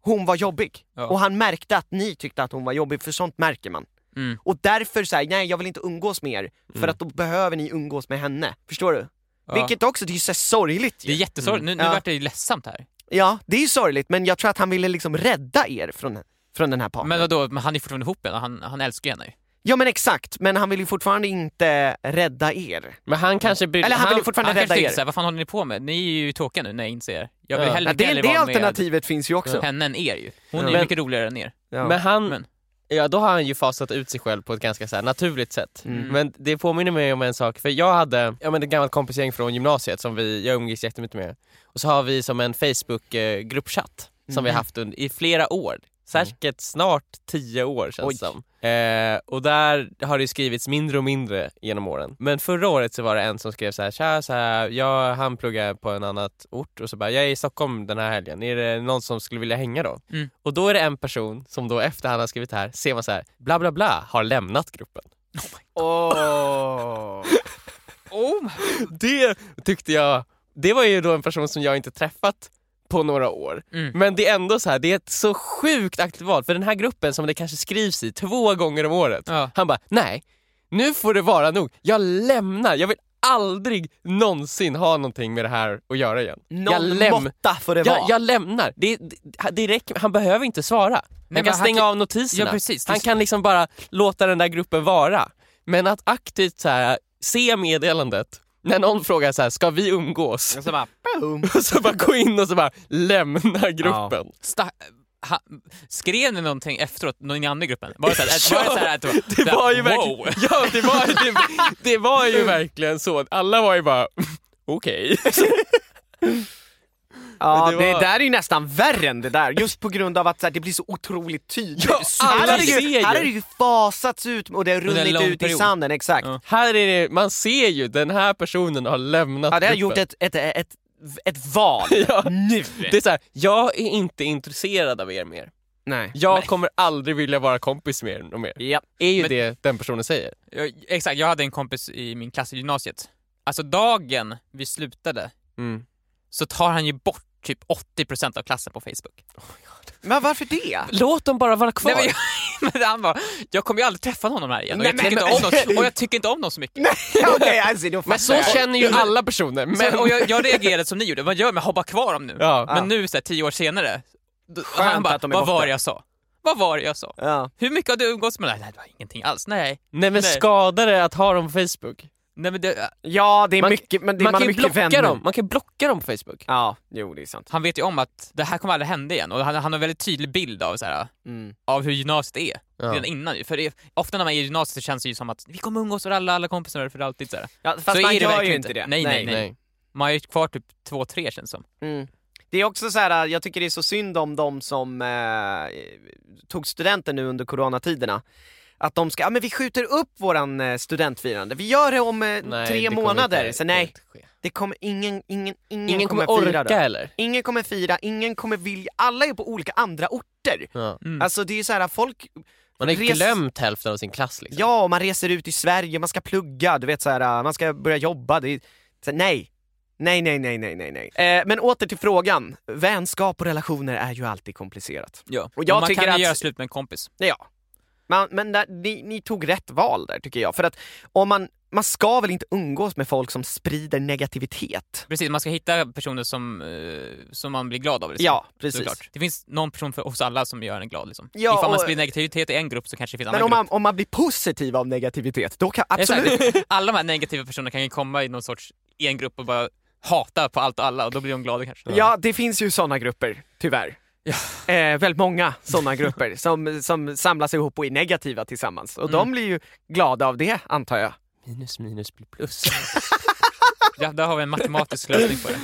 hon var jobbig. Och han märkte att ni tyckte att hon var jobbig, för sånt märker man. Och därför säger nej, jag vill inte umgås med er, för att då behöver ni umgås med henne. Förstår du? Vilket också, det är ju så sorgligt. Det är jättesorgligt, nu vart det ju ledsamt här. Ja, det är ju sorgligt, men jag tror att han ville liksom rädda er från den här partnern. Men vadå, men han är fortfarande ihop med han älskar henne. Ja men exakt, men han vill ju fortfarande inte rädda er. Men han kanske eller han vill ju fortfarande rädda er. Såhär, vad fan håller ni på med? Ni är ju tråkiga nu när jag inser. Jag vill hellre det alternativet finns ju också. Henne än er ju. Hon är ju mycket roligare än er. Men ja, då har han ju fasat ut sig själv på ett ganska så här naturligt sätt. Men det påminner mig om en sak. För jag hade ett gammalt kompisgäng från gymnasiet som jag umgicks jättemycket med. Och så har vi som en Facebook-gruppchatt som vi har haft i flera år. Säkert snart 10 år känns det som. Och där har det skrivits mindre och mindre genom åren. Men förra året så var det en som skrev så här, han pluggar på en annat ort och så bara, jag är i Stockholm den här helgen. Är det någon som skulle vilja hänga då? Och då är det en person som då efter han har skrivit här ser man så här, bla bla bla har lämnat gruppen. Det tyckte jag, det var ju då en person som jag inte träffat på några år. Men det är ändå så här, det är ett så sjukt aktivt val. För den här gruppen som det kanske skrivs i 2 gånger om året. Han bara, nej, nu får det vara nog. Jag lämnar, jag vill aldrig någonsin ha någonting med det här att göra igen. Måtta får det vara. Jag lämnar. Det räcker, han behöver inte svara. Han kan stänga av notiserna. Ja, precis. Han kan liksom bara låta den där gruppen vara. Men att aktivt så här, se meddelandet när någon frågar så här, ska vi umgås? Och så bara, boom. Och så bara gå in och så bara lämna gruppen. Skrev ni någonting efteråt, någon i andra gruppen? Var det så här, det var ju verkligen så. Alla var ju bara, okej. Ja, det där är ju nästan värre än det där. Just på grund av att så här, det blir så otroligt tydligt. Här är det ju fasats ut och det har runnit ut i sanden. Exakt. Här är det, man ser ju, den här personen har lämnat det har gjort ett val nu. Det är så här, jag är inte intresserad av er mer. Nej. Jag kommer aldrig vilja vara kompis med er mer. Ja. Är ju det den personen säger. Exakt, jag hade en kompis i min klass i gymnasiet. Alltså dagen vi slutade så tar han ju bort typ 80% av klassen på Facebook. Men varför det? Låt dem bara vara kvar. Nej, men han bara, jag kommer ju aldrig träffa honom här igen. Och jag tycker inte om dem så mycket. Men så känner ju alla personer. Men... Och jag reagerade som ni gjorde. Vad gör jag med att hoppa kvar dem nu? Men nu så här, 10 år senare. Han bara, vad var det jag sa? Vad var det jag sa? Hur mycket har du umgåtts med? Nej, det var ingenting alls. Nej men skadar det att ha dem på Facebook? Nej, men det är mycket, men man kan ju blocka dem. Man kan blocka dem på Facebook. Ja, jo, det är sant. Han vet ju om att det här kommer aldrig hända igen. Och han har en väldigt tydlig bild av, så här, av hur gymnasiet är redan innan. För ofta när man är i gymnasiet så känns det ju som att vi kommer umgås för alla kompisar för alltid. Så här. Ja, fast så man gör ju inte det. Nej. Man är ju kvar typ 2-3 känns som. Det är också så här, jag tycker det är så synd om de som tog studenten nu under coronatiderna. Att de ska, men vi skjuter upp våran studentfirande. Vi gör det om 3 månader. Så nej, det kommer ingen kommer orka fira eller? Ingen kommer fira, ingen kommer vilja. Alla är på olika andra orter. Alltså det är så här, folk... Man har glömt hälften av sin klass liksom. Ja, man reser ut i Sverige, man ska plugga, du vet så här, man ska börja jobba. Det är, så här, nej. Men åter till frågan. Vänskap och relationer är ju alltid komplicerat. Ja, och man tycker kan ju göra slut med en kompis. Ja. Men ni tog rätt val där tycker jag. För att om man ska väl inte umgås med folk som sprider negativitet. Precis, man ska hitta personer som man blir glad av liksom. Ja, precis. Såklart. Det finns någon person för oss alla som gör en glad liksom. Ja, ifall man sprider negativitet i en grupp så kanske det finns en annan grupp. Men om man blir positiv av negativitet, då kan absolut... Alla de här negativa personerna kan ju komma i någon sorts en grupp och bara hata på allt och alla och då blir de glada kanske. Ja, det finns ju såna grupper, tyvärr. Ja. Väldigt många sådana grupper som samlas ihop och är negativa tillsammans. Och de blir ju glada av det, antar jag. Minus blir plus. Ja, där har vi en matematisk lösning på det.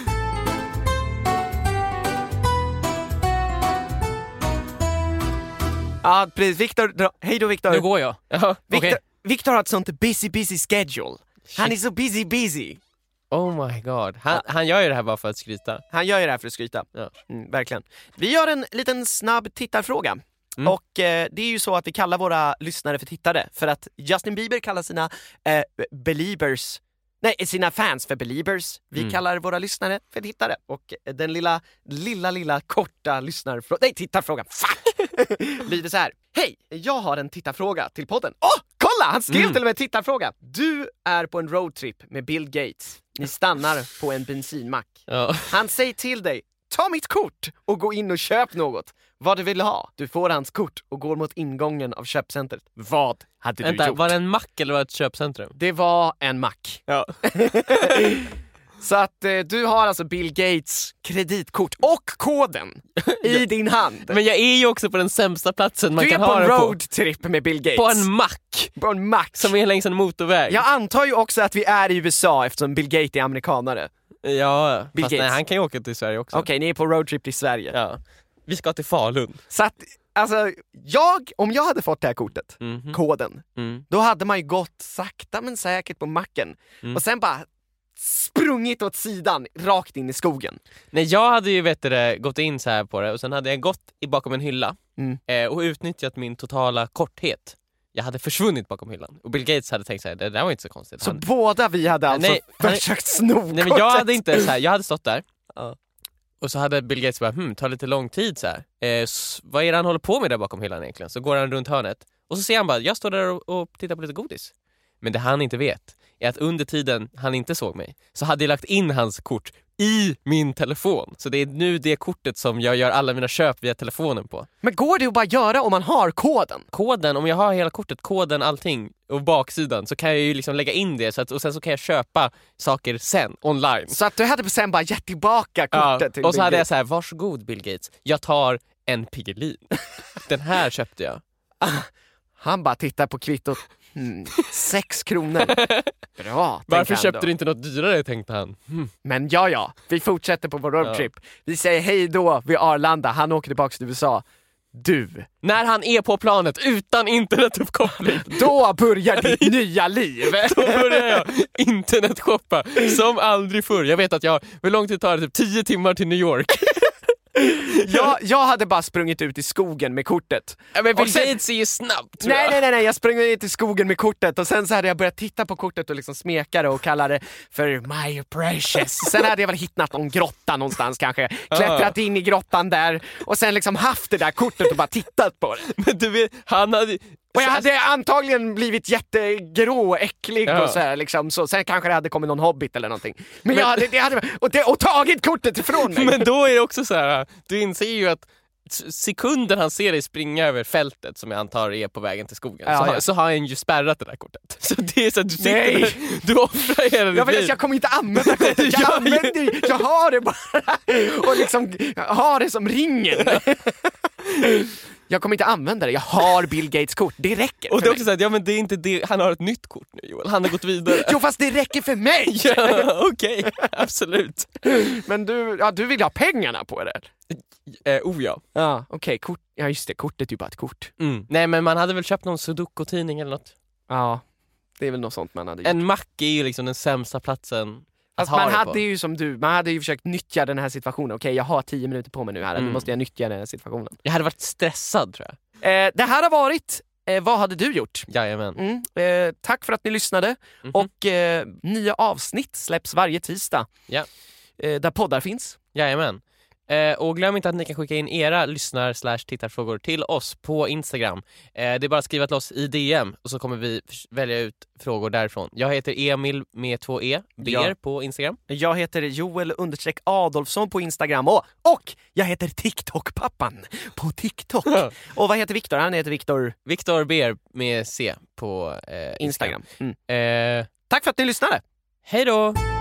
Ja, precis. Victor, hej då Victor. Nu går jag. Victor har ett sånt busy schedule. Han är så busy. Oh my god. Han gör ju det här bara för att skryta. Han gör ju det här för att skryta. Ja. Verkligen. Vi gör en liten snabb tittarfråga. Och det är ju så att vi kallar våra lyssnare för tittare. För att Justin Bieber kallar sina beliebers sina fans för believers. Vi kallar våra lyssnare för tittare. Och den lilla korta tittarfrågan. Fuck! Lyder så här. Hej, jag har en tittarfråga till podden. Kolla! Han skrev till och med en tittarfråga. Du är på en roadtrip med Bill Gates. Ni stannar på en bensinmack. Han säger till dig, ta mitt kort och gå in och köp något. Vad du vill ha. Du får hans kort och går mot ingången av köpcentret. Vad hade du gjort? Var det en mack eller var det ett köpcentrum? Det var en mack. Ja. Så att du har alltså Bill Gates kreditkort och koden i din hand. Men jag är ju också på den sämsta platsen man kan ha det på. Du är på en roadtrip med Bill Gates. På en mack. På en mack. Som är längs en motorväg. Jag antar ju också att vi är i USA eftersom Bill Gates är amerikanare. Ja, fast nej, han kan ju åka till Sverige också. Okej, ni är på roadtrip till Sverige. Ja. Vi ska till Falun. Så att, alltså, om jag hade fått det här kortet, koden, då hade man ju gått sakta men säkert på macken. Och sen bara sprungit åt sidan, rakt in i skogen. Nej, jag hade ju gått in så här på det och sen hade jag gått bakom en hylla och utnyttjat min totala korthet. Jag hade försvunnit bakom hyllan. Och Bill Gates hade tänkt så här, det där var inte så konstigt. Så båda vi hade alltså försökt sno kortet? Nej, men jag hade inte så här, jag hade stått där. Och så hade Bill Gates bara, ta lite lång tid så här. Vad är det han håller på med där bakom hyllan egentligen? Så går han runt hörnet. Och så ser han bara, jag står där och tittar på lite godis. Men det han inte vet är att under tiden han inte såg mig så hade jag lagt in hans kort i min telefon. Så det är nu det kortet som jag gör alla mina köp via telefonen på. Men går det att bara göra om man har koden? Koden, om jag har hela kortet, koden, allting och baksidan, så kan jag ju liksom lägga in det så att, och sen så kan jag köpa saker sen, online. Så att du hade sen bara gett tillbaka kortet till och så Bill hade Gates. jag så här, varsågod Bill Gates, jag tar en Piggelin. Den här köpte jag. Han bara tittar på kvittot. 6 kronor. Bra. Varför köpte du inte något dyrare, tänkte han. Men ja, vi fortsätter på vår roadtrip. Vi säger hej då vid Arlanda. Han åker tillbaka till USA. När han är på planet utan internetuppkoppling, då börjar ditt nya liv. Då börjar jag internetshoppa som aldrig förr. Jag vet att hur lång tid tar det? Typ 10 timmar till New York. Jag hade bara sprungit ut i skogen med kortet. Men Bill Gates är ju snabbt, tror jag. Nej, jag sprang ut i skogen med kortet. Och sen så hade jag börjat titta på kortet och liksom smeka det och kalla det för My Precious. Sen hade jag väl hittat någon grotta någonstans kanske. Klättrat in i grottan där. Och sen liksom haft det där kortet och bara tittat på det. Men du vet, han hade... Och jag hade antagligen blivit jättegrå och äcklig och så här, liksom. Så sen kanske det hade kommit någon hobbit eller någonting. Men jag hade och tagit kortet ifrån mig. Men då är det också så här, du inser ju att sekunden han ser dig springa över fältet, som jag antar är på vägen till skogen, så har han ju spärrat det där kortet. Så det är så att du sitter där, du offrar hela ditt liv. Jag kommer inte använda kortet. Jag har det bara och liksom har det som ringen. Jag kommer inte använda det. Jag har Bill Gates kort. Det räcker. Och det är också så att, men det är inte det. Han har ett nytt kort nu, Joel. Han har gått vidare. Jo, fast det räcker för mig. Okej, absolut. Men du vill ha pengarna på det. Ja, okej, kort. Ja, just det. Kortet är ju bara ett kort. Nej, men man hade väl köpt någon Sudoku-tidning eller något. Ja, det är väl något sånt man hade gjort. En mack är ju liksom den sämsta platsen. Alltså man hade ju som du, man hade ju försökt nyttja den här situationen. Okej, jag har 10 minuter på mig nu här. Nu måste jag nyttja den här situationen. Jag hade varit stressad, tror jag. Det här har varit Vad hade du gjort? Jajamän. Tack för att ni lyssnade. Och nya avsnitt släpps varje tisdag. Ja. Där poddar finns. Jajamän. Och glöm inte att ni kan skicka in era lyssnar/tittarfrågor till oss på Instagram. Det är bara att skriva till oss i DM och så kommer vi välja ut frågor därifrån. Jag heter Emil med 2 E, BR på Instagram. Jag heter Joel_Adolfsson på Instagram och jag heter TikTok-pappan på TikTok. Och vad heter Viktor? Han heter Viktor BR med C på Instagram. Tack för att ni lyssnade. Hej då!